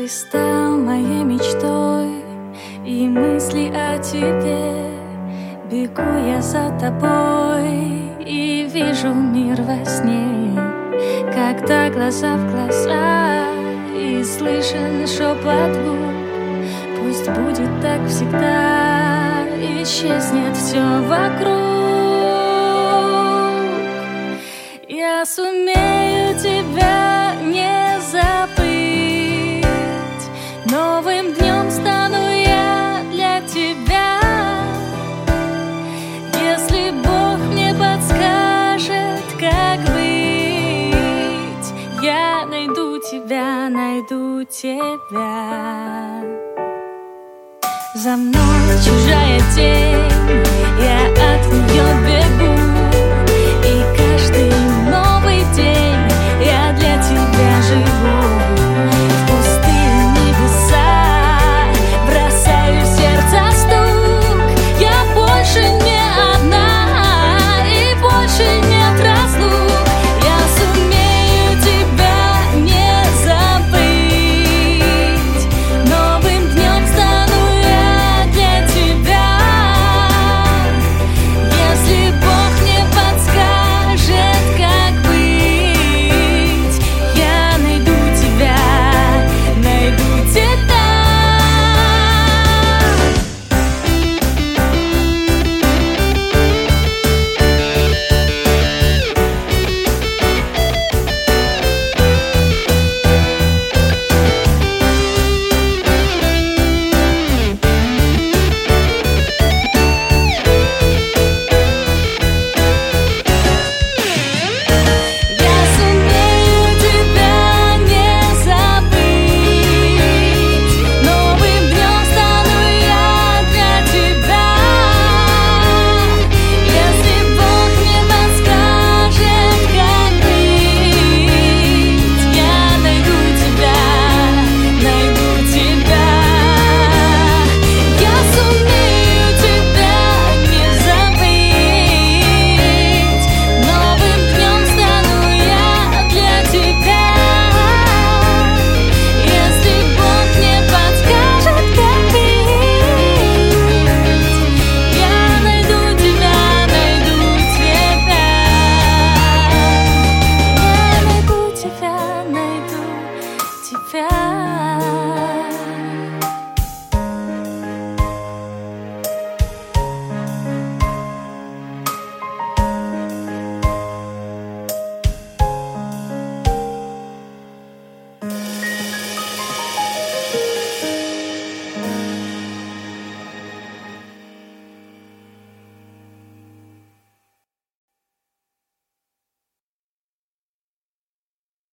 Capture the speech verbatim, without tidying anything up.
стал моей мечтой, и мысли о тебе. Бегу я за тобой и вижу мир во сне, когда глаза в глаза и слышен шепот губ. Пусть будет так всегда, исчезнет все вокруг. Я сумею тебя не забыть, новым днем стану я для тебя. Если Бог мне подскажет, как быть, я найду тебя, найду тебя. За мной чужая тень,